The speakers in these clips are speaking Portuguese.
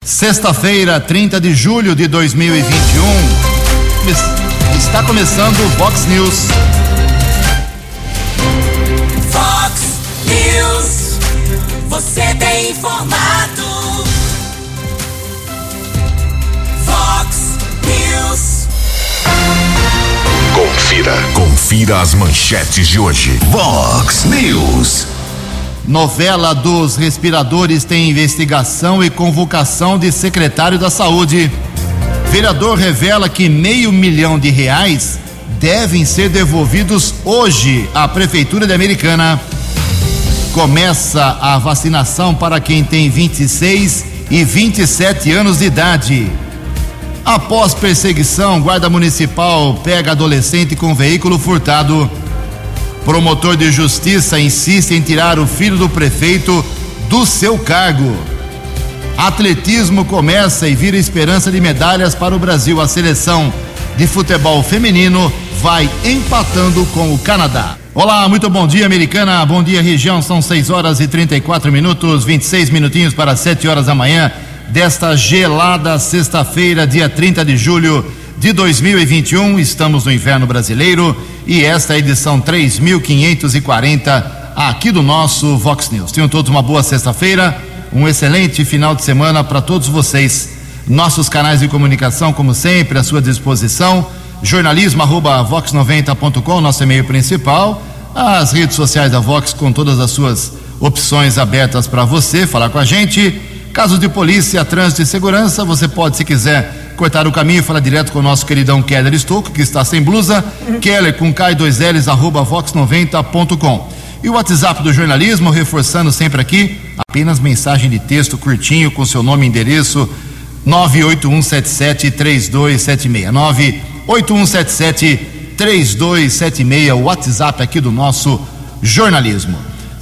Sexta-feira, 30 de julho de 2021. Está começando o Vox News. Vox News. Você bem informado. Vox News. Confira as manchetes de hoje. Vox News. Novela dos respiradores tem investigação e convocação de secretário da Saúde. Vereador revela que R$500 mil devem ser devolvidos hoje à Prefeitura de Americana. Começa a vacinação para quem tem 26 e 27 anos de idade. Após perseguição, guarda municipal pega adolescente com veículo furtado. Promotor de justiça insiste em tirar o filho do prefeito do seu cargo. Atletismo começa e vira esperança de medalhas para o Brasil. A seleção de futebol feminino vai empatando com o Canadá. Olá, muito bom dia, Americana. Bom dia, região. São 6h34, 26 minutinhos para 7 horas da manhã desta gelada sexta-feira, dia 30 de julho de 2021. Estamos no inverno brasileiro e esta é a edição 3540 aqui do nosso Vox News. Tenham todos uma boa sexta-feira, um excelente final de semana para todos vocês. Nossos canais de comunicação, como sempre, à sua disposição. jornalismo@vox90.com, nosso e-mail principal. As redes sociais da Vox com todas as suas opções abertas para você falar com a gente. Casos de polícia, trânsito e segurança, você pode, se quiser, cortar o caminho e falar direto com o nosso queridão Keller Estouco, que está sem blusa. Keller com K2Ls @vox90.com. E o WhatsApp do jornalismo, reforçando sempre aqui, apenas mensagem de texto curtinho com seu nome e endereço, 981773276. 981773276, o WhatsApp aqui do nosso jornalismo.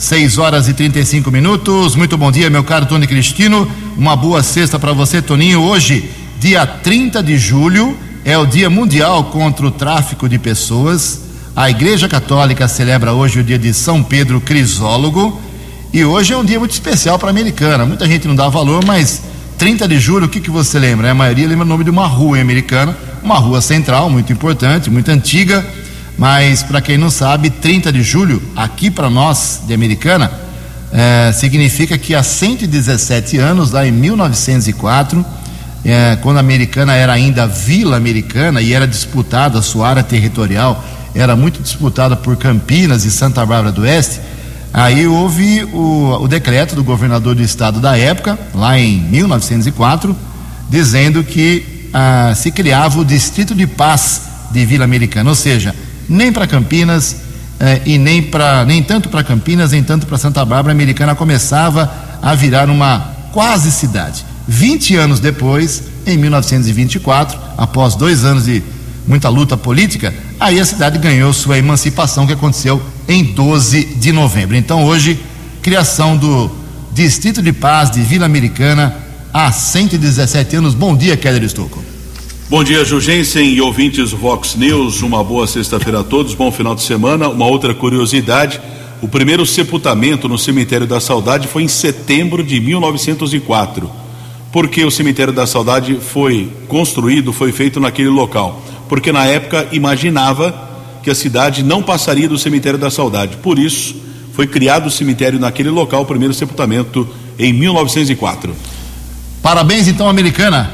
6h35. Muito bom dia, meu caro Tony Cristino. Uma boa sexta para você, Toninho. Hoje, dia 30 de julho, é o Dia Mundial contra o Tráfico de Pessoas. A Igreja Católica celebra hoje o dia de São Pedro Crisólogo. E hoje é um dia muito especial para a Americana. Muita gente não dá valor, mas 30 de julho, o que você lembra? A maioria lembra o nome de uma rua em Americana, uma rua central, muito importante, muito antiga. Mas, para quem não sabe, 30 de julho, aqui para nós de Americana, significa que há 117 anos, lá em 1904, quando a Americana era ainda Vila Americana e era disputada, a sua área territorial era muito disputada por Campinas e Santa Bárbara do Oeste, aí houve o decreto do governador do estado da época, lá em 1904, dizendo que se criava o Distrito de Paz de Vila Americana, ou seja, nem para Campinas e nem tanto para Campinas, nem tanto para Santa Bárbara, a Americana começava a virar uma quase cidade. 20 anos depois, em 1924, após 2 anos de muita luta política, aí a cidade ganhou sua emancipação, que aconteceu em 12 de novembro. Então hoje, criação do Distrito de Paz de Vila Americana há 117 anos. Bom dia, Keller Estouco. Bom dia, Jugensen e ouvintes Vox News, uma boa sexta-feira a todos, bom final de semana. Uma outra curiosidade, o primeiro sepultamento no Cemitério da Saudade foi em setembro de 1904. Por que o Cemitério da Saudade foi feito naquele local? Porque na época imaginava que a cidade não passaria do Cemitério da Saudade, por isso foi criado o cemitério naquele local, o primeiro sepultamento em 1904. Parabéns então, Americana.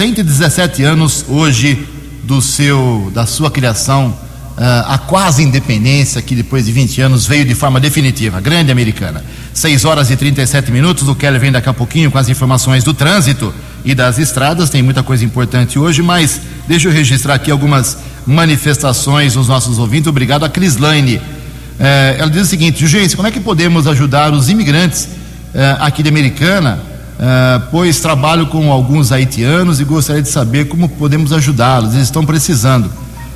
117 anos hoje da sua criação, a quase independência, que depois de 20 anos veio de forma definitiva. Grande Americana. 6h37. O Keller vem daqui a pouquinho com as informações do trânsito e das estradas. Tem muita coisa importante hoje, mas deixa eu registrar aqui algumas manifestações dos nossos ouvintes. Obrigado a Crislaine. Ela diz o seguinte: Gente, como é que podemos ajudar os imigrantes aqui de Americana? Pois trabalho com alguns haitianos e gostaria de saber como podemos ajudá-los. Eles estão precisando.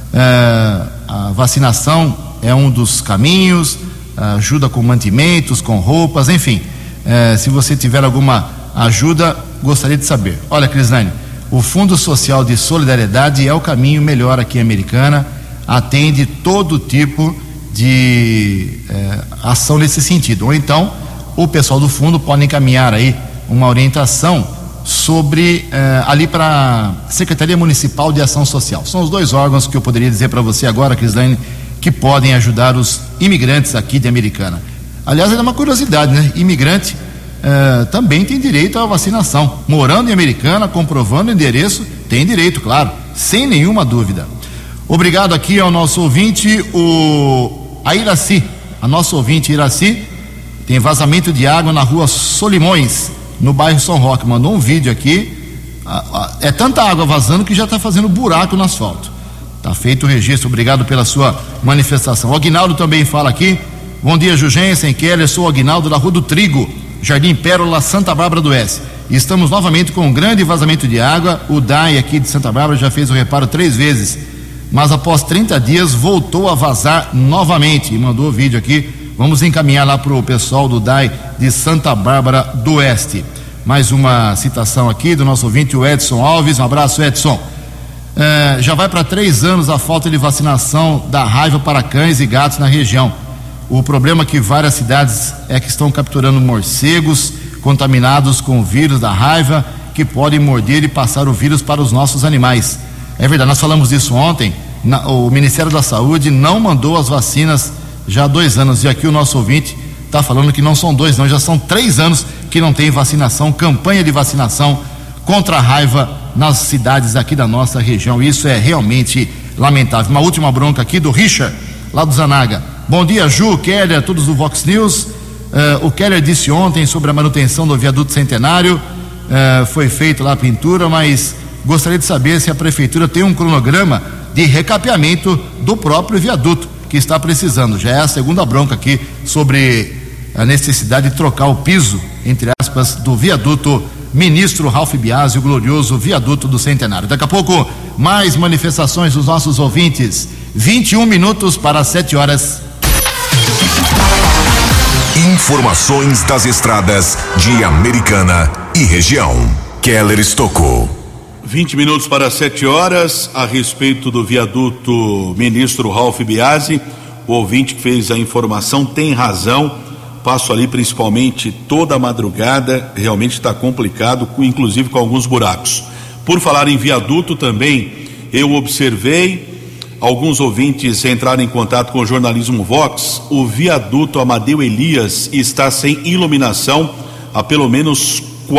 A vacinação é um dos caminhos, ajuda com mantimentos, com roupas, enfim. Se você tiver alguma ajuda, gostaria de saber. Olha, Crislane, o Fundo Social de Solidariedade é o caminho melhor aqui em Americana, atende todo tipo de ação nesse sentido. Ou então, o pessoal do fundo pode encaminhar aí uma orientação sobre ali para a Secretaria Municipal de Ação Social. São os dois órgãos que eu poderia dizer para você agora, Crislane, que podem ajudar os imigrantes aqui de Americana. Aliás, é uma curiosidade, né? Imigrante também tem direito à vacinação. Morando em Americana, comprovando o endereço, tem direito, claro, sem nenhuma dúvida. Obrigado aqui ao nosso ouvinte, a Iraci. A nossa ouvinte Iraci tem vazamento de água na rua Solimões, no bairro São Roque. Mandou um vídeo aqui. É tanta água vazando que já está fazendo buraco no asfalto. Está feito o registro. Obrigado pela sua manifestação. O Aguinaldo também fala aqui. Bom dia, Jugensen, Keller. Sou o Aguinaldo da Rua do Trigo, Jardim Pérola, Santa Bárbara do Oeste. Estamos novamente com um grande vazamento de água. O DAI aqui de Santa Bárbara já fez o reparo 3 vezes, mas após 30 dias voltou a vazar novamente. E mandou o vídeo aqui. Vamos encaminhar lá para o pessoal do DAI de Santa Bárbara do Oeste. Mais uma citação aqui do nosso ouvinte, o Edson Alves. Um abraço, Edson. Já vai para 3 anos a falta de vacinação da raiva para cães e gatos na região. O problema é que várias cidades que estão capturando morcegos contaminados com o vírus da raiva, que podem morder e passar o vírus para os nossos animais. É verdade, nós falamos disso ontem. O Ministério da Saúde não mandou as vacinas já há 2 anos, e aqui o nosso ouvinte está falando que não são 2 não, já são 3 anos que não tem vacinação, campanha de vacinação contra a raiva nas cidades aqui da nossa região. Isso é realmente lamentável. Uma última bronca aqui do Richard, lá do Zanaga. Bom dia, Ju, Keller, todos do Vox News. O Keller disse ontem sobre a manutenção do viaduto Centenário, foi feita lá a pintura, mas gostaria de saber se a prefeitura tem um cronograma de recapeamento do próprio viaduto, que está precisando. Já é a segunda bronca aqui sobre a necessidade de trocar o piso, entre aspas, do viaduto Ministro Ralph Biasi, o glorioso viaduto do Centenário. Daqui a pouco, mais manifestações dos nossos ouvintes. 21 minutos para 7 horas. Informações das estradas de Americana e região. Keller Estocou. 20 minutos para 7 horas, a respeito do viaduto Ministro Ralph Biasi. O ouvinte que fez a informação tem razão. Passo ali principalmente toda a madrugada, realmente está complicado, inclusive com alguns buracos. Por falar em viaduto também, eu observei, alguns ouvintes entraram em contato com o jornalismo Vox. O viaduto Amadeu Elias está sem iluminação há pelo menos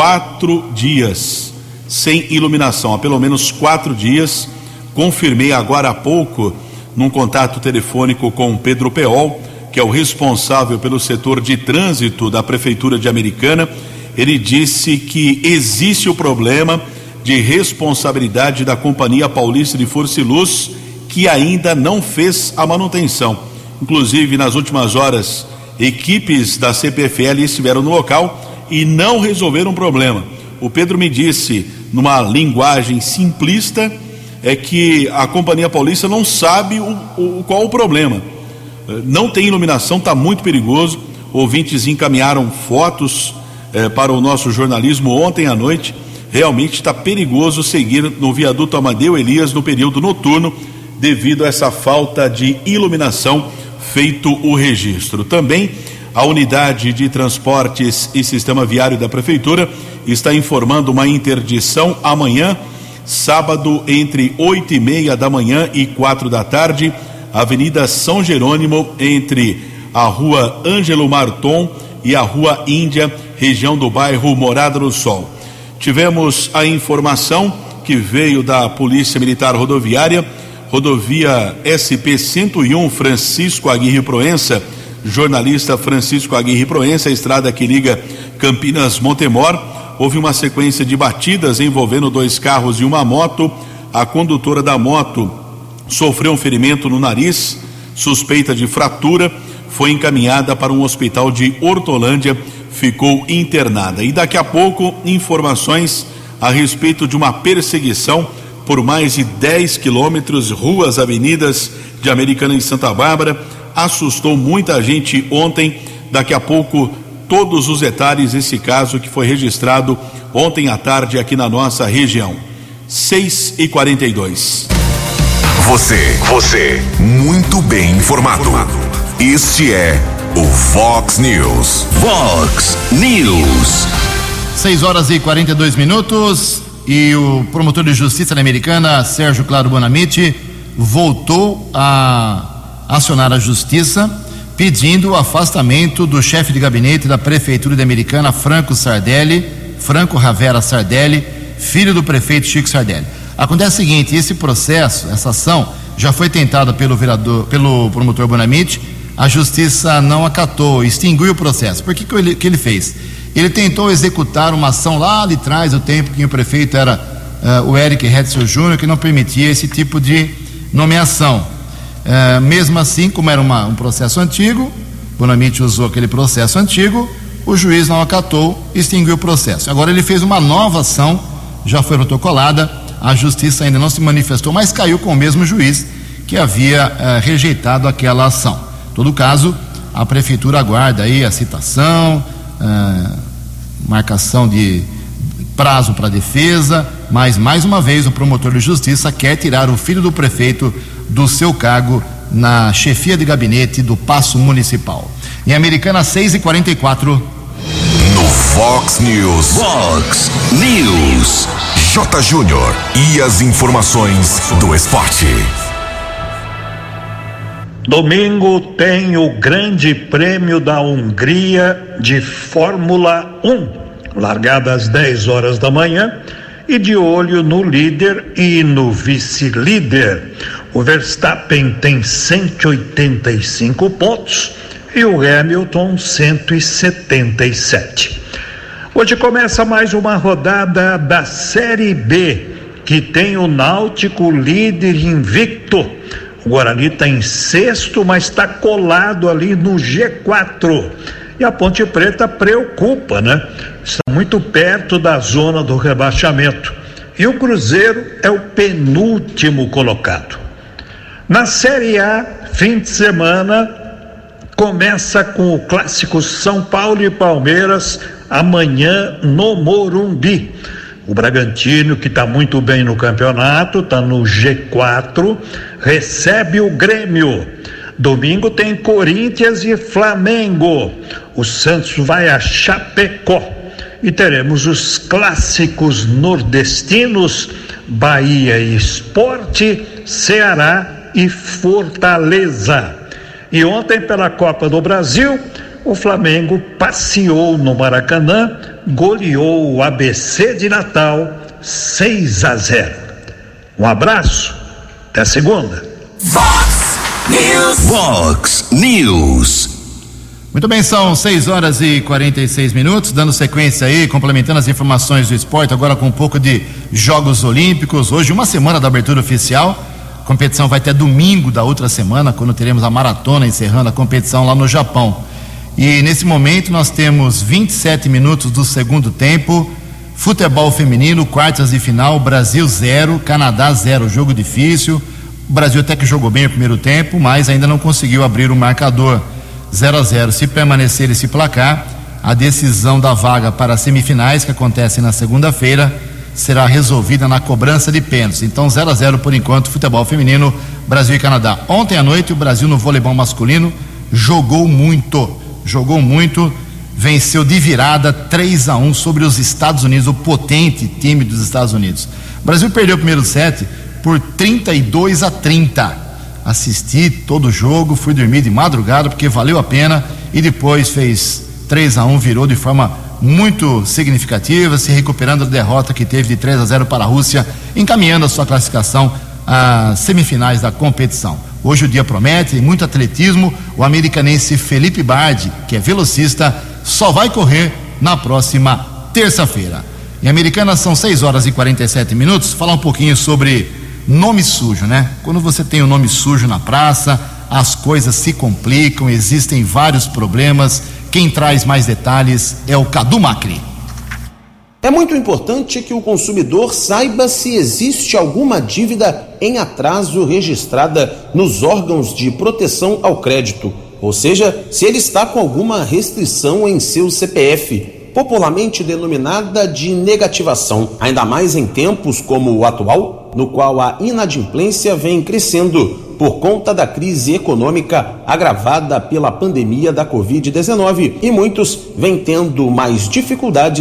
4 dias. Sem iluminação há pelo menos 4 dias. Confirmei agora há pouco, num contato telefônico com o Pedro Peol, que é o responsável pelo setor de trânsito da Prefeitura de Americana. Ele disse que existe o problema de responsabilidade da Companhia Paulista de Força e Luz, que ainda não fez a manutenção. Inclusive, nas últimas horas, equipes da CPFL estiveram no local e não resolveram o problema. O Pedro me disse, numa linguagem simplista, que a Companhia Paulista não sabe qual o problema. Não tem iluminação, está muito perigoso. Ouvintes encaminharam fotos para o nosso jornalismo ontem à noite. Realmente está perigoso seguir no viaduto Amadeu Elias no período noturno, devido a essa falta de iluminação, feito o registro. Também a unidade de transportes e sistema viário da Prefeitura está informando uma interdição amanhã, sábado, entre 8:30 da manhã e 4 da tarde, Avenida São Jerônimo, entre a Rua Ângelo Marton e a Rua Índia, região do bairro Morada do Sol. Tivemos a informação que veio da Polícia Militar Rodoviária, rodovia SP-101, Francisco Aguirre Proença, jornalista Francisco Aguirre Proença, a estrada que liga Campinas Montemor. Houve uma sequência de batidas envolvendo 2 carros e uma moto. A condutora da moto sofreu um ferimento no nariz, suspeita de fratura, foi encaminhada para um hospital de Hortolândia, ficou internada. E daqui a pouco, informações a respeito de uma perseguição por mais de 10 quilômetros, ruas, avenidas de Americana e Santa Bárbara, assustou muita gente ontem. Daqui a pouco, todos os detalhes desse caso que foi registrado ontem à tarde aqui na nossa região. 6h42. Você, muito bem informado. Este é o Vox News. Vox News. 6:42 e o promotor de justiça da Americana, Sérgio Claro Bonamite, voltou a acionar a justiça pedindo o afastamento do chefe de gabinete da prefeitura de Americana, Franco Ravera Sardelli, filho do prefeito Chico Sardelli. Acontece o seguinte: esse processo, essa ação já foi tentada pelo promotor Bonamite, a justiça não acatou, extinguiu o processo. Por que ele fez? Ele tentou executar uma ação lá de trás, o tempo que o prefeito era o Eric Hetzel Jr., que não permitia esse tipo de nomeação. Mesmo assim, como era um processo antigo, Bonamite usou aquele processo antigo, o juiz não acatou, extinguiu o processo. Agora ele fez uma nova ação, já foi protocolada, a justiça ainda não se manifestou, mas caiu com o mesmo juiz que havia rejeitado aquela ação. Em todo caso, a prefeitura aguarda aí a citação, marcação de prazo para defesa, mas mais uma vez o promotor de justiça quer tirar o filho do prefeito do seu cargo na chefia de gabinete do Paço Municipal. Em Americana, 6:44. No Fox News. Fox News. J. Júnior e as informações do esporte. Domingo tem o Grande Prêmio da Hungria de Fórmula 1, largada às 10 horas da manhã, e de olho no líder e no vice-líder. O Verstappen tem 185 pontos e o Hamilton 177. Hoje começa mais uma rodada da Série B, que tem o Náutico líder invicto. O Guarani está em sexto, mas está colado ali no G4. E a Ponte Preta preocupa, né? Está muito perto da zona do rebaixamento. E o Cruzeiro é o penúltimo colocado. Na Série A, fim de semana, começa com o clássico São Paulo e Palmeiras, amanhã no Morumbi. O Bragantino, que está muito bem no campeonato, está no G4, recebe o Grêmio. Domingo tem Corinthians e Flamengo. O Santos vai a Chapecó. E teremos os clássicos nordestinos, Bahia e Sport, Ceará e Fortaleza. E ontem, pela Copa do Brasil, o Flamengo passeou no Maracanã, goleou o ABC de Natal 6-0. Um abraço, até segunda. Fox News. Fox News. Muito bem, são 6:46, dando sequência aí, complementando as informações do esporte, agora com um pouco de Jogos Olímpicos. Hoje, uma semana da abertura oficial. A competição vai até domingo da outra semana, quando teremos a maratona encerrando a competição lá no Japão. E nesse momento nós temos 27 minutos do segundo tempo. Futebol feminino, quartas de final, Brasil 0, Canadá 0, jogo difícil. O Brasil até que jogou bem o primeiro tempo, mas ainda não conseguiu abrir o marcador. 0-0. Se permanecer esse placar, a decisão da vaga para as semifinais, que acontecem na segunda-feira, será resolvida na cobrança de pênaltis. Então 0-0 por enquanto, futebol feminino, Brasil e Canadá. Ontem à noite o Brasil no voleibol masculino jogou muito, venceu de virada 3-1 sobre os Estados Unidos, o potente time dos Estados Unidos. O Brasil perdeu o primeiro set por 32-30. Assisti todo o jogo, fui dormir de madrugada porque valeu a pena, e depois fez 3-1, virou de forma muito significativa, se recuperando da derrota que teve de 3-0 para a Rússia, encaminhando a sua classificação às semifinais da competição. Hoje o dia promete, muito atletismo. O americanense Felipe Bardi, que é velocista, só vai correr na próxima terça-feira. Em Americana são 6:47. Falar um pouquinho sobre nome sujo, né? Quando você tem o nome sujo na praça, as coisas se complicam, existem vários problemas. Quem traz mais detalhes é o Cadu Macri. É muito importante que o consumidor saiba se existe alguma dívida em atraso registrada nos órgãos de proteção ao crédito, ou seja, se ele está com alguma restrição em seu CPF, popularmente denominada de negativação, ainda mais em tempos como o atual, no qual a inadimplência vem crescendo por conta da crise econômica agravada pela pandemia da Covid-19 e muitos vêm tendo mais dificuldades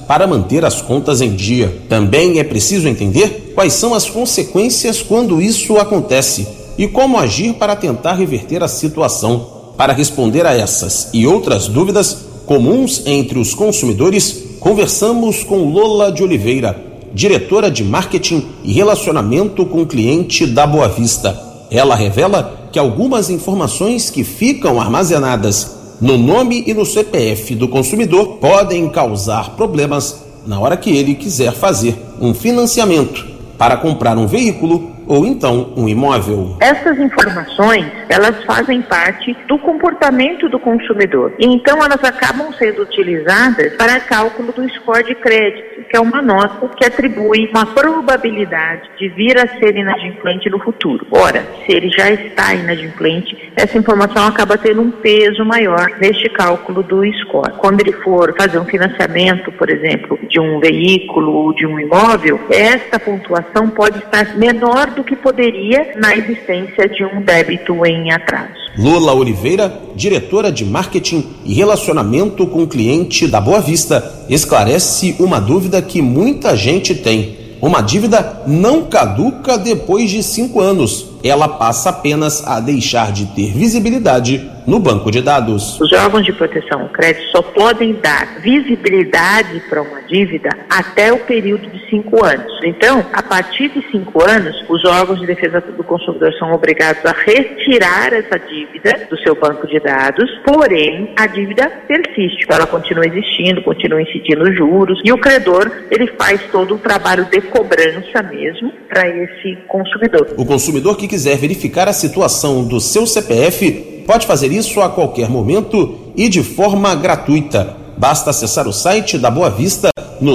para manter as contas em dia. Também é preciso entender quais são as consequências quando isso acontece e como agir para tentar reverter a situação. Para responder a essas e outras dúvidas comuns entre os consumidores, conversamos com Lola de Oliveira, diretora de Marketing e Relacionamento com o Cliente da Boa Vista. Ela revela que algumas informações que ficam armazenadas no nome e no CPF do consumidor podem causar problemas na hora que ele quiser fazer um financiamento para comprar um veículo ou então um imóvel. Essas informações, elas fazem parte do comportamento do consumidor. E então elas acabam sendo utilizadas para cálculo do score de crédito, que é uma nota que atribui uma probabilidade de vir a ser inadimplente no futuro. Ora, se ele já está inadimplente, essa informação acaba tendo um peso maior neste cálculo do score. Quando ele for fazer um financiamento, por exemplo, de um veículo ou de um imóvel, esta pontuação pode estar menor do que poderia na existência de um débito em atraso. Lola Oliveira, diretora de Marketing e Relacionamento com o Cliente da Boa Vista, esclarece uma dúvida que muita gente tem. Uma dívida não caduca depois de 5 anos. Ela passa apenas a deixar de ter visibilidade no banco de dados. Os órgãos de proteção ao crédito só podem dar visibilidade para uma dívida até o período de 5 anos. Então, a partir de 5 anos, os órgãos de defesa do consumidor são obrigados a retirar essa dívida do seu banco de dados, porém, a dívida persiste. Ela continua existindo, continua incidindo juros, e o credor, ele faz todo o trabalho de cobrança mesmo para esse consumidor. O consumidor que quiser verificar a situação do seu CPF pode fazer isso a qualquer momento e de forma gratuita. Basta acessar o site da Boa Vista no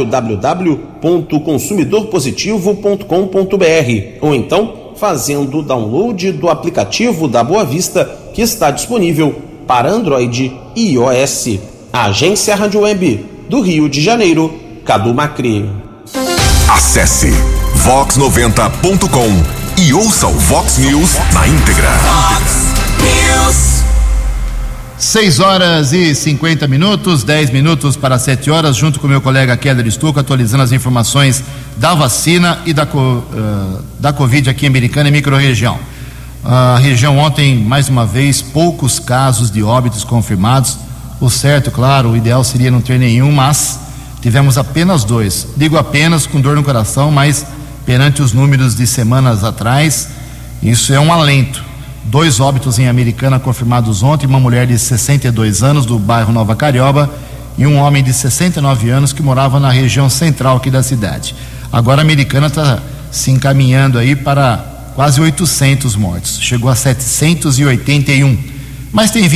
www.consumidorpositivo.com.br ou então fazendo o download do aplicativo da Boa Vista, que está disponível para Android e iOS. A Agência Rádio Web do Rio de Janeiro, Cadu Macri. Acesse vox90.com e ouça o Vox News na íntegra. Vox News. 6h50, 10 minutos para 7 horas, junto com meu colega Keller Stucco, atualizando as informações da vacina e da Covid aqui em Americana e microrregião. A região ontem, mais uma vez, poucos casos de óbitos confirmados. O certo, claro, o ideal seria não ter nenhum, mas tivemos apenas 2. Digo apenas com dor no coração, mas perante os números de semanas atrás, isso é um alento. 2 óbitos em Americana confirmados ontem, uma mulher de 62 anos do bairro Nova Carioba e um homem de 69 anos que morava na região central aqui da cidade. Agora a Americana está se encaminhando aí para quase 800 mortos, chegou a 781, mas tem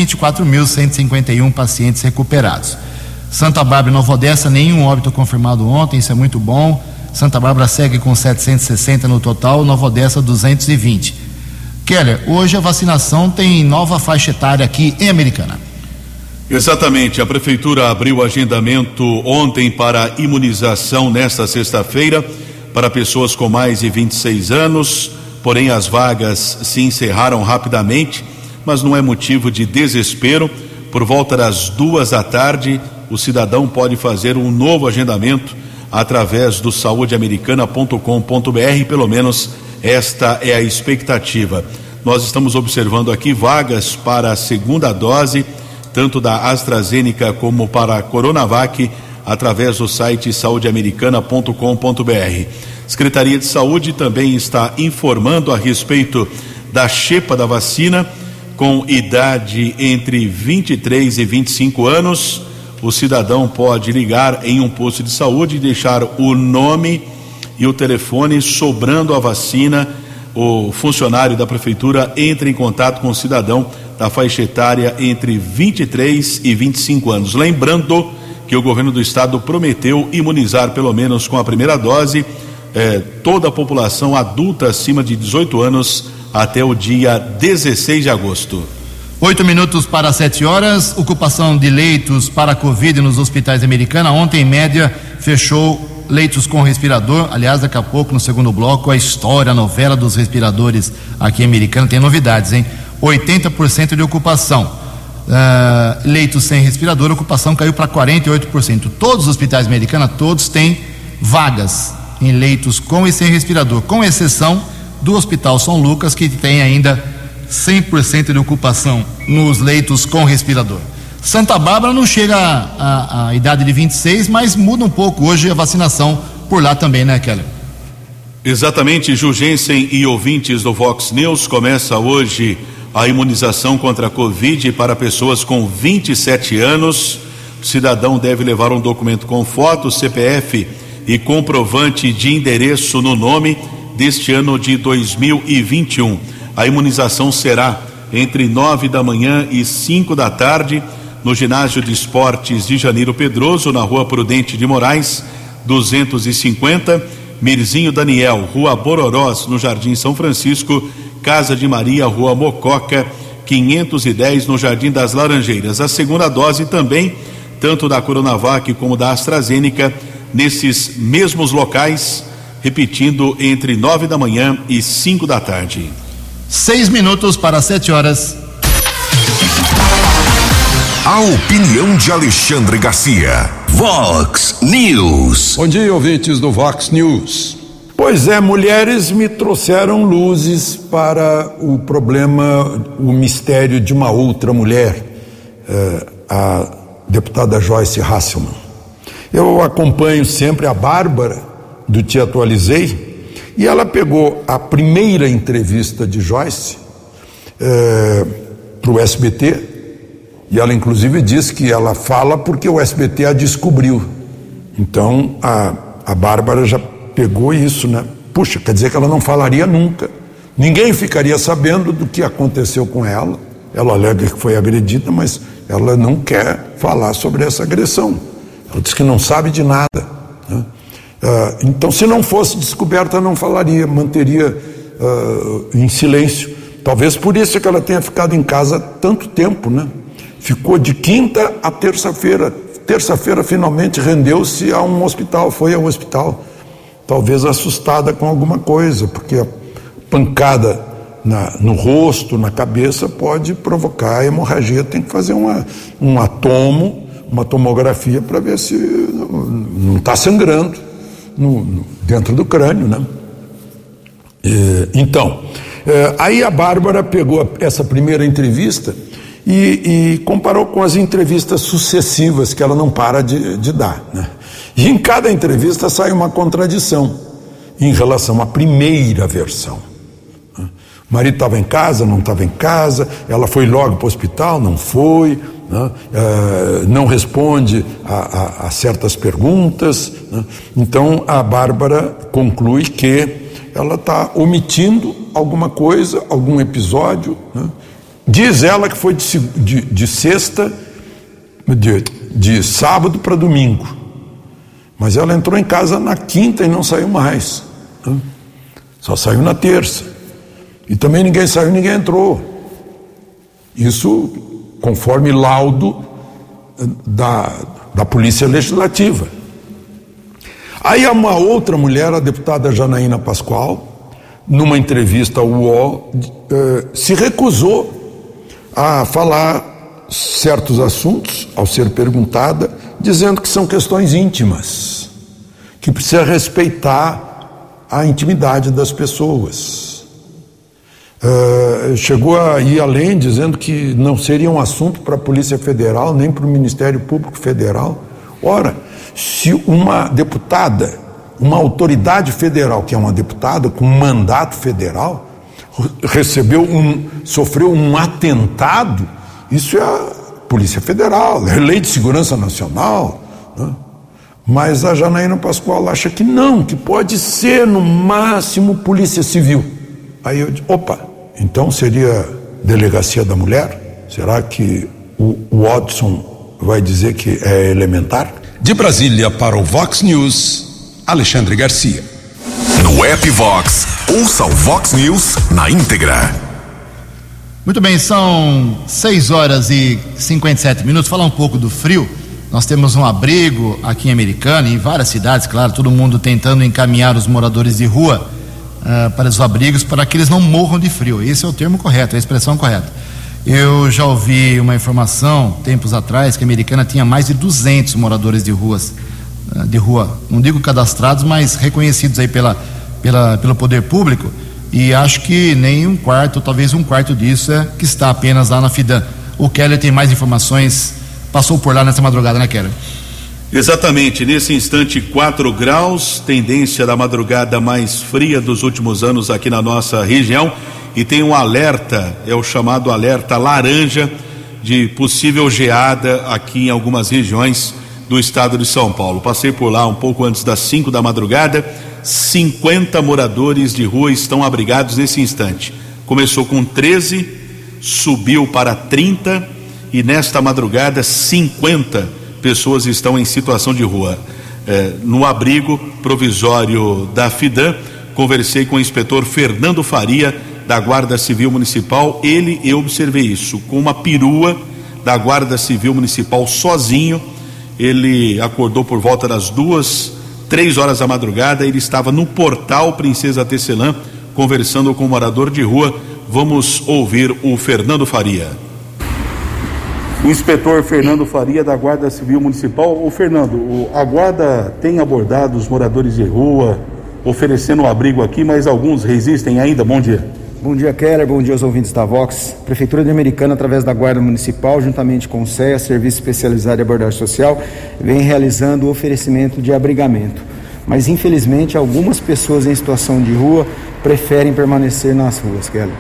24.151 pacientes recuperados. Santa Bárbara e Nova Odessa, nenhum óbito confirmado ontem, isso é muito bom. Santa Bárbara segue com 760 no total, Nova Odessa 220. Keller, hoje a vacinação tem nova faixa etária aqui em Americana. Exatamente, a Prefeitura abriu o agendamento ontem para imunização nesta sexta-feira para pessoas com mais de 26 anos, porém as vagas se encerraram rapidamente, mas não é motivo de desespero. Por volta das 14h, o cidadão pode fazer um novo agendamento através do saudeamericana.com.br, pelo menos esta é a expectativa. Nós estamos observando aqui vagas para a segunda dose, tanto da AstraZeneca como para a Coronavac, através do site saudeamericana.com.br. Secretaria de Saúde também está informando a respeito da xepa da vacina com idade entre 23 e 25 anos. O cidadão pode ligar em um posto de saúde e deixar o nome e o telefone sobrando a vacina. O funcionário da prefeitura entra em contato com o cidadão da faixa etária entre 23 e 25 anos. Lembrando que o governo do estado prometeu imunizar pelo menos com a primeira dose toda a população adulta acima de 18 anos até o dia 16 de agosto. 8 minutos para 7 horas, ocupação de leitos para a Covid nos hospitais Americana. Ontem, em média, fechou leitos com respirador. Aliás, daqui a pouco, no segundo bloco, a história, a novela dos respiradores aqui em Americana tem novidades, hein? 80% de ocupação. leitos sem respirador, a ocupação caiu para 48%. Todos os hospitais americanos, todos têm vagas em leitos com e sem respirador, com exceção do Hospital São Lucas, que tem ainda 100% de ocupação nos leitos com respirador. Santa Bárbara não chega à idade de 26, mas muda um pouco hoje a vacinação por lá também, né, Keller? Exatamente, Jugensen e ouvintes do Vox News, começa hoje a imunização contra a Covid para pessoas com 27 anos. O cidadão deve levar um documento com foto, CPF e comprovante de endereço no nome deste ano de 2021. A imunização será entre 9 da manhã e 5 da tarde no Ginásio de Esportes de Janeiro Pedroso, na Rua Prudente de Moraes, 250, Mirzinho Daniel, Rua Bororós, no Jardim São Francisco, Casa de Maria, Rua Mococa, 510, no Jardim das Laranjeiras. A segunda dose também, tanto da Coronavac como da AstraZeneca, nesses mesmos locais, repetindo, entre 9 da manhã e 5 da tarde. 6 minutos para 7 horas. A opinião de Alexandre Garcia. Vox News. Bom dia, ouvintes do Vox News. Pois é, mulheres me trouxeram luzes para o problema, o mistério de uma outra mulher, a deputada Joyce Hasselmann. Eu acompanho sempre a Bárbara, do Te Atualizei, e ela pegou a primeira entrevista de Joyce para o SBT, e ela inclusive diz que ela fala porque o SBT a descobriu. Então a Bárbara já pegou isso, né? Puxa, quer dizer que ela não falaria nunca. Ninguém ficaria sabendo do que aconteceu com ela. Ela alega que foi agredida, mas ela não quer falar sobre essa agressão. Ela diz que não sabe de nada, né? Então, se não fosse descoberta, não falaria, manteria em silêncio. Talvez por isso que ela tenha ficado em casa tanto tempo, né? Ficou de quinta a terça-feira. Terça-feira finalmente rendeu-se a um hospital, foi ao hospital, talvez assustada com alguma coisa, porque a pancada no rosto, na cabeça, pode provocar hemorragia. Tem que fazer uma tomografia para ver se não está sangrando dentro do crânio, né? Então, aí a Bárbara pegou essa primeira entrevista e comparou com as entrevistas sucessivas que ela não para de dar, né? E em cada entrevista sai uma contradição em relação à primeira versão. O marido estava em casa, não estava em casa, ela foi logo para o hospital, não foi, né? Não responde a certas perguntas, né? Então a Bárbara conclui que ela está omitindo alguma coisa, algum episódio, né? Diz ela que foi de sexta, de sábado para domingo, mas ela entrou em casa na quinta e não saiu mais, né? Só saiu na terça, e também ninguém saiu, ninguém entrou. Isso conforme laudo da Polícia Legislativa. Aí há uma outra mulher, a deputada Janaína Pascoal, numa entrevista ao UOL, se recusou a falar certos assuntos ao ser perguntada, dizendo que são questões íntimas, que precisa respeitar a intimidade das pessoas. Chegou a ir além, dizendo que não seria um assunto para a Polícia Federal, nem para o Ministério Público Federal. Ora, se uma deputada, uma autoridade federal, que é uma deputada com mandato federal, sofreu um atentado, isso é a Polícia Federal, é Lei de Segurança Nacional, né? Mas a Janaína Pascoal acha que não, que pode ser no máximo Polícia Civil. Aí eu digo, opa, então seria Delegacia da Mulher? Será que o Watson vai dizer que é elementar? De Brasília para o Vox News, Alexandre Garcia. No app Vox, ouça o Vox News na íntegra. Muito bem, são 6 horas e 57 minutos. Falar um pouco do frio. Nós temos um abrigo aqui em Americana, em várias cidades, claro, todo mundo tentando encaminhar os moradores de rua para os abrigos, para que eles não morram de frio. Esse é o termo correto, é a expressão correta. Eu já ouvi uma informação, tempos atrás, que a Americana tinha mais de 200 moradores de rua, não digo cadastrados, mas reconhecidos aí pelo poder público, e acho que nem um quarto, talvez um quarto disso é que está apenas lá na FIDAN. O Keller tem mais informações, passou por lá nessa madrugada, né, Keller? Exatamente, nesse instante 4 graus, tendência da madrugada mais fria dos últimos anos aqui na nossa região, e tem um alerta, é o chamado alerta laranja, de possível geada aqui em algumas regiões do estado de São Paulo. Passei por lá um pouco antes das 5 da madrugada, 50 moradores de rua estão abrigados nesse instante. Começou com 13, subiu para 30 e nesta madrugada 50 pessoas estão em situação de rua. No abrigo provisório da FIDAN, conversei com o inspetor Fernando Faria, da Guarda Civil Municipal. Eu observei isso, com uma perua da Guarda Civil Municipal sozinho. Ele acordou por volta das 2-3 horas da madrugada. Ele estava no portal Princesa Tecelã, conversando com um morador de rua. Vamos ouvir o Fernando Faria. O inspetor Fernando Faria, da Guarda Civil Municipal. Ô Fernando, a Guarda tem abordado os moradores de rua, oferecendo um abrigo aqui, mas alguns resistem ainda. Bom dia. Bom dia, Keller, bom dia aos ouvintes da Vox. Prefeitura de Americana, através da Guarda Municipal, juntamente com o SEA, Serviço Especializado de Abordagem Social, vem realizando o oferecimento de abrigamento. Mas, infelizmente, algumas pessoas em situação de rua preferem permanecer nas ruas, Keller.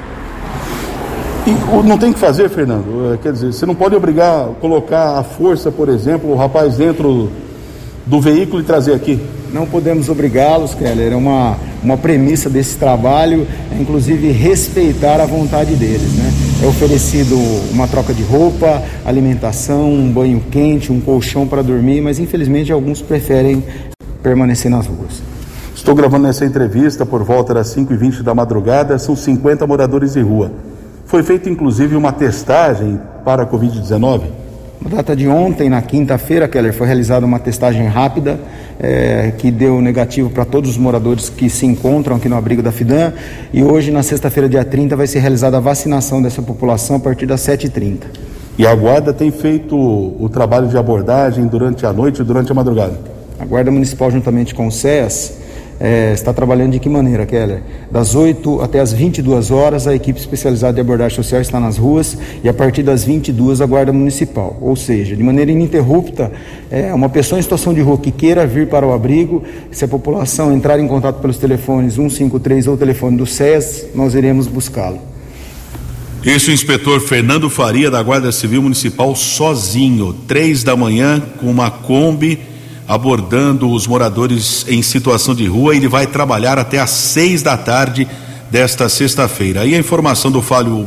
E não tem que fazer, Fernando? Quer dizer, você não pode obrigar, colocar à força, por exemplo, o rapaz dentro do veículo e trazer aqui? Não podemos obrigá-los, Keller. É uma premissa desse trabalho, inclusive respeitar a vontade deles, né? É oferecido uma troca de roupa, alimentação, um banho quente, um colchão para dormir, mas infelizmente alguns preferem permanecer nas ruas. Estou gravando essa entrevista por volta das 5h20 da madrugada, são 50 moradores de rua. Foi feita inclusive uma testagem para a Covid-19? Na data de ontem, na quinta-feira, Keller, foi realizada uma testagem rápida que deu negativo para todos os moradores que se encontram aqui no abrigo da FIDAN, e hoje, na sexta-feira, dia 30, vai ser realizada a vacinação dessa população a partir das 7h30. E a Guarda tem feito o trabalho de abordagem durante a noite e durante a madrugada? A Guarda Municipal, juntamente com o SES, está trabalhando de que maneira, Keller? Das 8 até as 22 horas, a equipe especializada de abordagem social está nas ruas, e a partir das 22 a Guarda Municipal. Ou seja, de maneira ininterrupta, uma pessoa em situação de rua que queira vir para o abrigo, se a população entrar em contato pelos telefones 153 ou o telefone do SES, nós iremos buscá-lo. Esse é o inspetor Fernando Faria, da Guarda Civil Municipal, sozinho, 3 da manhã, com uma Kombi, abordando os moradores em situação de rua. Ele vai trabalhar até às 6 da tarde desta sexta-feira. Aí a informação do Fábio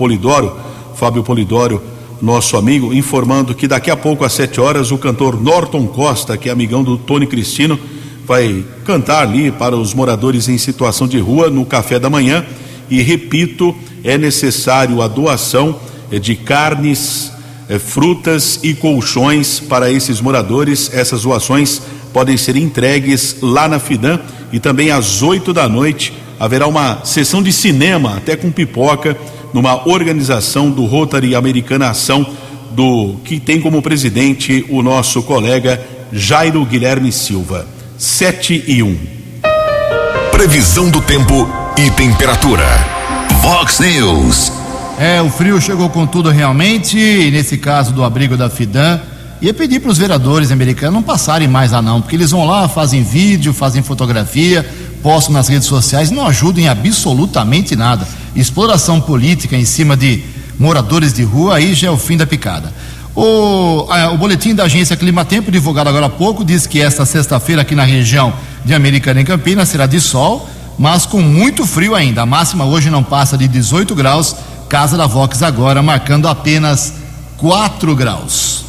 Polidoro, nosso amigo, informando que daqui a pouco às 7 horas o cantor Norton Costa, que é amigão do Tony Cristino, vai cantar ali para os moradores em situação de rua no café da manhã. E repito, é necessário a doação de carnes, frutas e colchões para esses moradores. Essas doações podem ser entregues lá na FIDAN, e também às 8 da noite haverá uma sessão de cinema, até com pipoca, numa organização do Rotary Americana Ação, que tem como presidente o nosso colega Jairo Guilherme Silva. 7:01. Previsão do tempo e temperatura. Vox News. O frio chegou com tudo realmente, e nesse caso do abrigo da FIDAN, ia pedir para os vereadores americanos não passarem mais lá não, porque eles vão lá, fazem vídeo, fazem fotografia, postam nas redes sociais, não ajudam em absolutamente nada. Exploração política em cima de moradores de rua, aí já é o fim da picada. O boletim da agência Climatempo, divulgado agora há pouco, diz que esta sexta-feira aqui na região de Americana e Campinas será de sol, mas com muito frio ainda. A máxima hoje não passa de 18 graus, Casa da Vox agora marcando apenas 4 graus.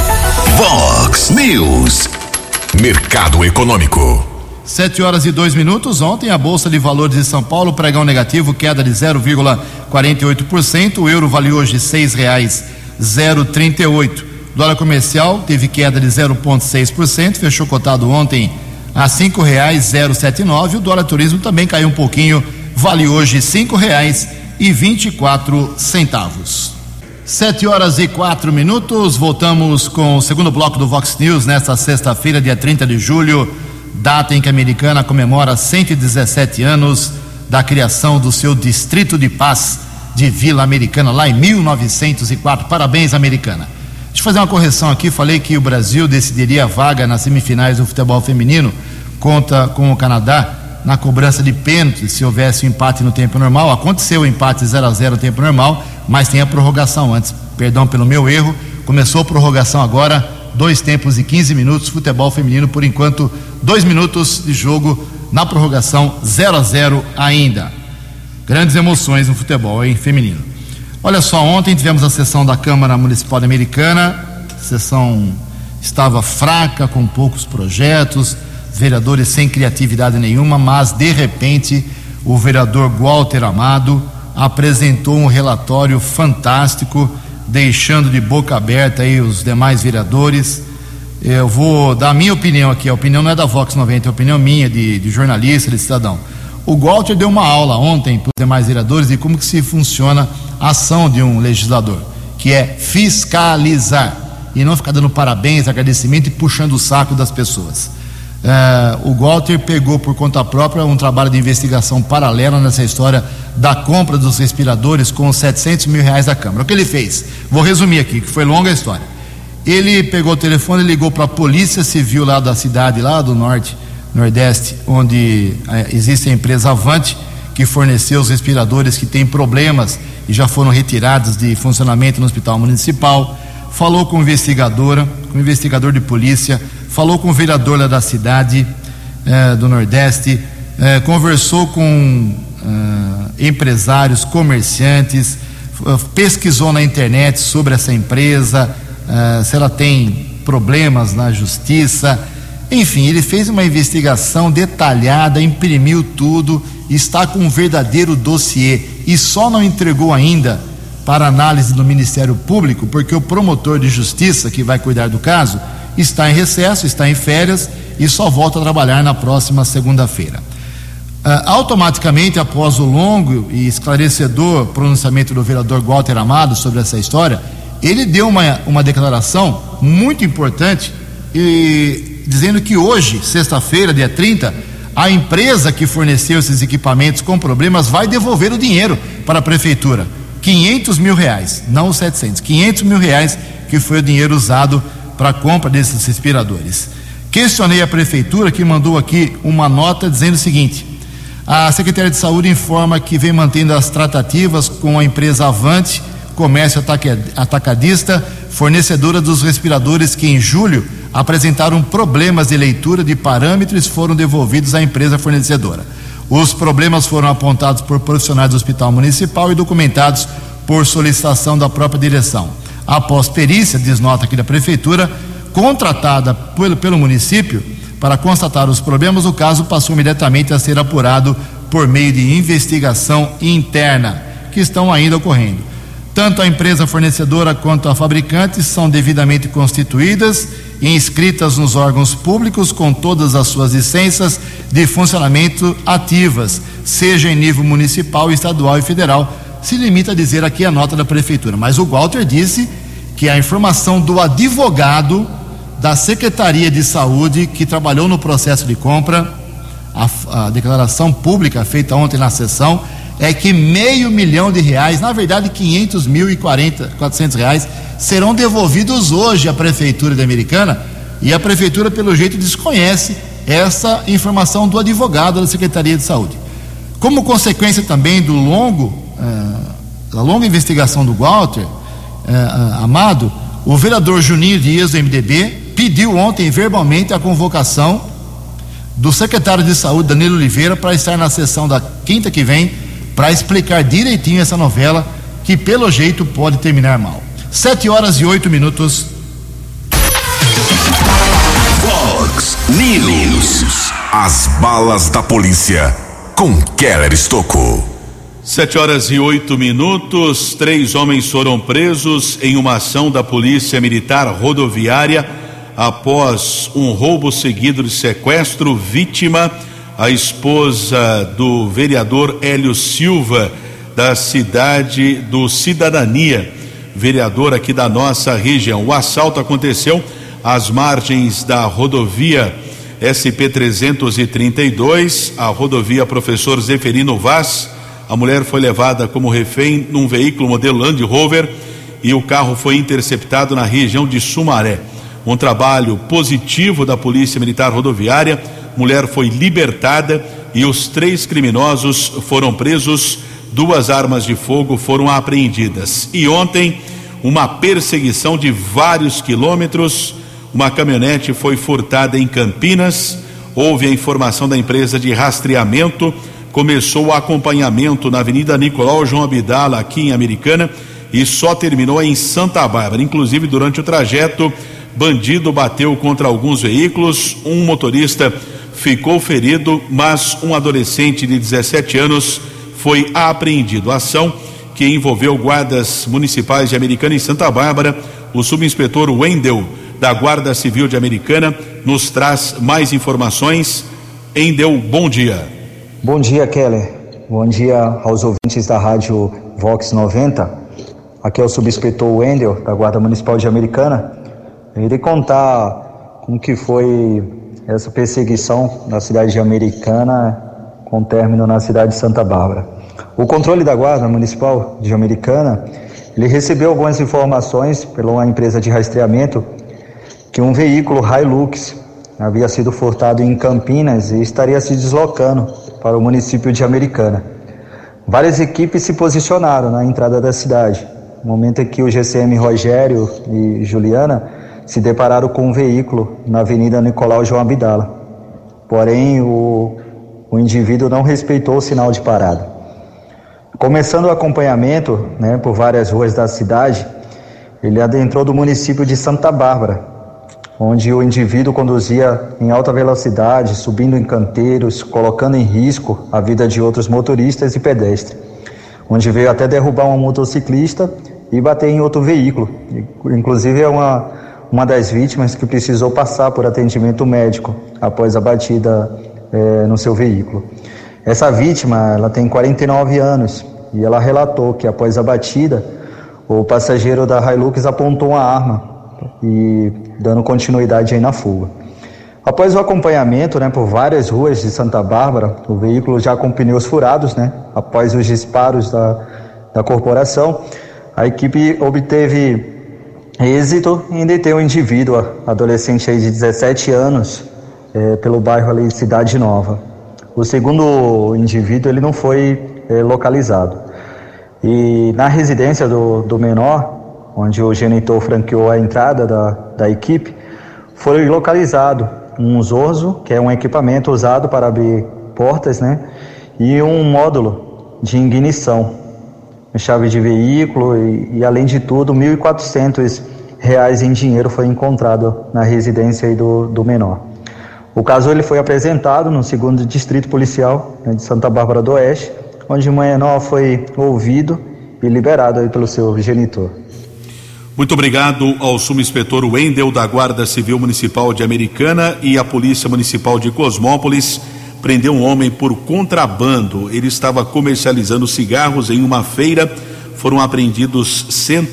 Vox News. Mercado Econômico. 7h02. Ontem a Bolsa de Valores de São Paulo, pregão negativo, queda de 0,48%. O euro vale hoje R$ 6,038. Dólar comercial teve queda de 0,6%, fechou cotado ontem a R$ 5,079. O dólar turismo também caiu um pouquinho, vale hoje R$ 5,24. 7h04, voltamos com o segundo bloco do Vox News nesta sexta-feira, dia 30 de julho, data em que a Americana comemora 117 anos da criação do seu Distrito de Paz de Vila Americana, lá em 1904. Parabéns, Americana. Deixa eu fazer uma correção aqui, falei que o Brasil decidiria a vaga nas semifinais do futebol feminino, conta com o Canadá na cobrança de pênalti, se houvesse um empate no tempo normal. Aconteceu o empate 0-0 no tempo normal, mas tem a prorrogação antes. Perdão pelo meu erro, começou a prorrogação agora, 2 tempos e 15 minutos, futebol feminino, por enquanto 2 minutos de jogo na prorrogação, 0-0 ainda. Grandes emoções no futebol, hein, feminino. Olha só, ontem tivemos a sessão da Câmara Municipal de Americana, a sessão estava fraca, com poucos projetos, vereadores sem criatividade nenhuma, mas de repente o vereador Walter Amado apresentou um relatório fantástico, deixando de boca aberta aí os demais vereadores. Eu vou dar a minha opinião aqui, a opinião não é da Vox 90, é a opinião minha de jornalista, de cidadão. O Walter deu uma aula ontem para os demais vereadores de como que se funciona a ação de um legislador, que é fiscalizar e não ficar dando parabéns, agradecimento e puxando o saco das pessoas. O Walter pegou por conta própria um trabalho de investigação paralela nessa história da compra dos respiradores com os R$700 mil da Câmara. O que ele fez? Vou resumir aqui, que foi longa a história. Ele pegou o telefone e ligou para a Polícia Civil lá da cidade, lá do Nordeste, onde existe a empresa Avante, que forneceu os respiradores que têm problemas e já foram retirados de funcionamento no Hospital Municipal. Falou com o investigador de polícia, falou com o vereador lá da cidade do Nordeste, conversou com empresários, comerciantes, pesquisou na internet sobre essa empresa, se ela tem problemas na justiça. Enfim, ele fez uma investigação detalhada, imprimiu tudo, está com um verdadeiro dossiê e só não entregou ainda para análise do Ministério Público, porque o promotor de justiça que vai cuidar do caso está em recesso, está em férias e só volta a trabalhar na próxima segunda-feira. Automaticamente, após o longo e esclarecedor pronunciamento do vereador Walter Amado sobre essa história, ele deu uma declaração muito importante, dizendo que hoje, sexta-feira, dia 30, a empresa que forneceu esses equipamentos com problemas vai devolver o dinheiro para a prefeitura. R$500 mil, não os 700, R$500 mil que foi o dinheiro usado para a compra desses respiradores. Questionei a prefeitura, que mandou aqui uma nota dizendo o seguinte: a Secretaria de Saúde informa que vem mantendo as tratativas com a empresa Avante, comércio atacadista, fornecedora dos respiradores, que em julho apresentaram problemas de leitura de parâmetros e foram devolvidos à empresa fornecedora. Os problemas foram apontados por profissionais do Hospital Municipal e documentados por solicitação da própria direção. Após perícia, diz nota aqui da prefeitura, contratada pelo município para constatar os problemas, o caso passou imediatamente a ser apurado por meio de investigação interna, que estão ainda ocorrendo. Tanto a empresa fornecedora quanto a fabricante são devidamente constituídas e inscritas nos órgãos públicos com todas as suas licenças de funcionamento ativas, seja em nível municipal, estadual e federal. Se limita a dizer aqui a nota da prefeitura, mas o Walter disse que a informação do advogado da Secretaria de Saúde, que trabalhou no processo de compra, a declaração pública feita ontem na sessão, é que R$500 mil, na verdade R$500.400, serão devolvidos hoje à Prefeitura de Americana, e a Prefeitura, pelo jeito, desconhece essa informação do advogado da Secretaria de Saúde. Como consequência também da longa investigação do Walter Amado, o vereador Juninho Dias, do MDB, pediu ontem verbalmente a convocação do secretário de Saúde, Danilo Oliveira, para estar na sessão da quinta que vem, para explicar direitinho essa novela, que pelo jeito pode terminar mal. 7h08. Vox News. As balas da polícia com Keller Estocco. 7h08. 3 homens foram presos em uma ação da Polícia Militar Rodoviária após um roubo seguido de sequestro. Vítima, a esposa do vereador Hélio Silva, da cidade do Cidadania. vereador aqui da nossa região. O assalto aconteceu às margens da rodovia SP-332, a rodovia Professor Zeferino Vaz. A mulher foi levada como refém num veículo modelo Land Rover e o carro foi interceptado na região de Sumaré. Um trabalho positivo da Polícia Militar Rodoviária, mulher foi libertada e os 3 criminosos foram presos, 2 armas de fogo foram apreendidas. E ontem, uma perseguição de vários quilômetros, uma caminhonete foi furtada em Campinas, houve a informação da empresa de rastreamento, começou o acompanhamento na Avenida Nicolau João Abdala, aqui em Americana, e só terminou em Santa Bárbara. Inclusive, durante o trajeto, bandido bateu contra alguns veículos, um motorista ficou ferido, mas um adolescente de 17 anos foi apreendido. A ação, que envolveu guardas municipais de Americana e Santa Bárbara, o subinspetor Wendel, da Guarda Civil de Americana, nos traz mais informações. Wendel, bom dia. Bom dia, Keller. Bom dia aos ouvintes da Rádio Vox 90. Aqui é o subinspetor Wendel, da Guarda Municipal de Americana. Eu irei contar como que foi essa perseguição na cidade de Americana, com término na cidade de Santa Bárbara. O controle da Guarda Municipal de Americana, ele recebeu algumas informações pela uma empresa de rastreamento que um veículo Hilux havia sido furtado em Campinas e estaria se deslocando para o município de Americana. Várias equipes se posicionaram na entrada da cidade, no momento em que o GCM Rogério e Juliana se depararam com um veículo na Avenida Nicolau João Abdala. Porém, o indivíduo não respeitou o sinal de parada. Começando o acompanhamento, por várias ruas da cidade, ele adentrou do município de Santa Bárbara, onde o indivíduo conduzia em alta velocidade, subindo em canteiros, colocando em risco a vida de outros motoristas e pedestres, onde veio até derrubar um motociclista e bater em outro veículo. Inclusive é uma das vítimas que precisou passar por atendimento médico após a batida no seu veículo. Essa vítima, ela tem 49 anos e ela relatou que após a batida, o passageiro da Hilux apontou uma arma e dando continuidade aí na fuga. Após o acompanhamento, por várias ruas de Santa Bárbara, o veículo já com pneus furados, após os disparos da corporação, a equipe obteve êxito em deter um indivíduo, adolescente aí de 17 anos, pelo bairro ali Cidade Nova. O segundo indivíduo, ele não foi localizado. E na residência do menor, onde o genitor franqueou a entrada da equipe, foi localizado um Zorzo, que é um equipamento usado para abrir portas, e um módulo de ignição, chave de veículo e além de tudo, R$ 1.400 em dinheiro foi encontrado na residência aí do menor. O caso ele foi apresentado no 2º Distrito Policial de Santa Bárbara do Oeste, onde o menor foi ouvido e liberado aí pelo seu genitor. Muito obrigado ao subinspetor Wendel, da Guarda Civil Municipal de Americana. E a Polícia Municipal de Cosmópolis prendeu um homem por contrabando. Ele estava comercializando cigarros em uma feira. Foram apreendidos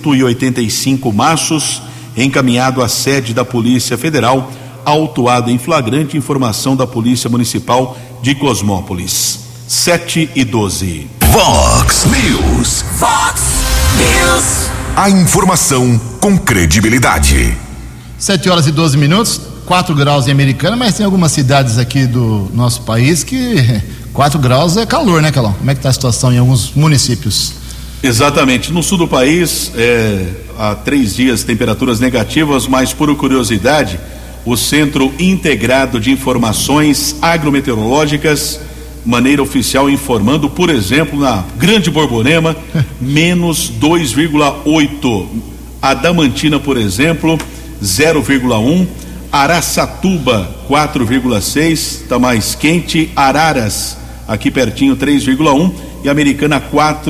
185 maços, encaminhado à sede da Polícia Federal, autuado em flagrante. Informação da Polícia Municipal de Cosmópolis. 7:12. Vox News. Vox News. A informação com credibilidade. 7h12, 4 graus em Americana, mas tem algumas cidades aqui do nosso país que 4 graus é calor, né, Calão? Como é que está a situação em alguns municípios? Exatamente. No sul do país, há 3 dias temperaturas negativas, mas por curiosidade, o Centro Integrado de Informações Agrometeorológicas, maneira oficial, informando, por exemplo, na Grande Borborema, menos 2,8. Adamantina, por exemplo, 0,1. Araçatuba, 4,6. Está mais quente. Araras, aqui pertinho, 3,1. E Americana,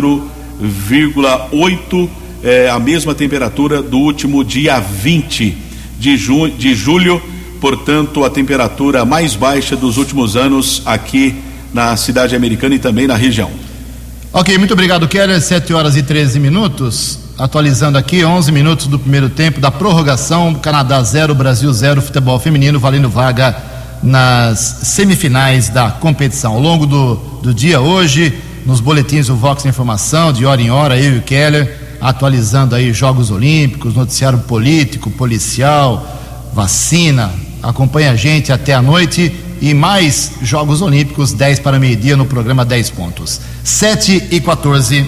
4,8. A mesma temperatura do último dia 20 de julho. Portanto, a temperatura mais baixa dos últimos anos aqui na cidade americana e também na região. Ok, muito obrigado, Keller. 7h13. atualizando aqui, 11 minutos do primeiro tempo da prorrogação, Canadá 0, Brasil 0, futebol feminino valendo vaga nas semifinais da competição. Ao longo do dia hoje, nos boletins do Vox Informação, de hora em hora, eu e o Keller, atualizando aí Jogos Olímpicos, noticiário político, policial, vacina. Acompanhe a gente até a noite e mais Jogos Olímpicos, 10 para meio-dia no programa 10 pontos. 7h14.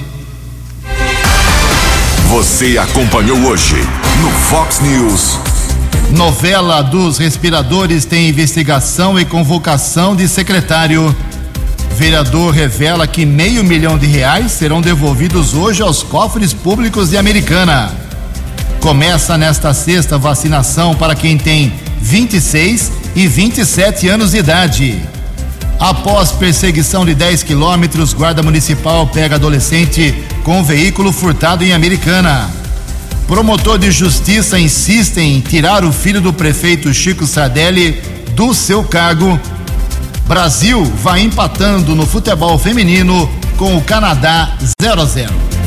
Você acompanhou hoje no Fox News. Novela dos respiradores tem investigação e convocação de secretário. Vereador revela que R$500 mil serão devolvidos hoje aos cofres públicos de Americana. Começa nesta sexta vacinação para quem tem 26 e 27 anos de idade. Após perseguição de 10 quilômetros, Guarda Municipal pega adolescente com veículo furtado em Americana. Promotor de justiça insiste em tirar o filho do prefeito Chico Sardelli do seu cargo. Brasil vai empatando no futebol feminino com o Canadá 0-0.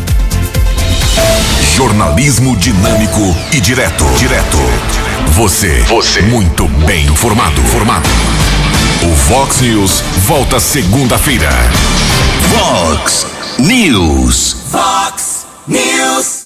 Jornalismo dinâmico e direto. Você muito bem informado. O Vox News volta segunda-feira. Vox News.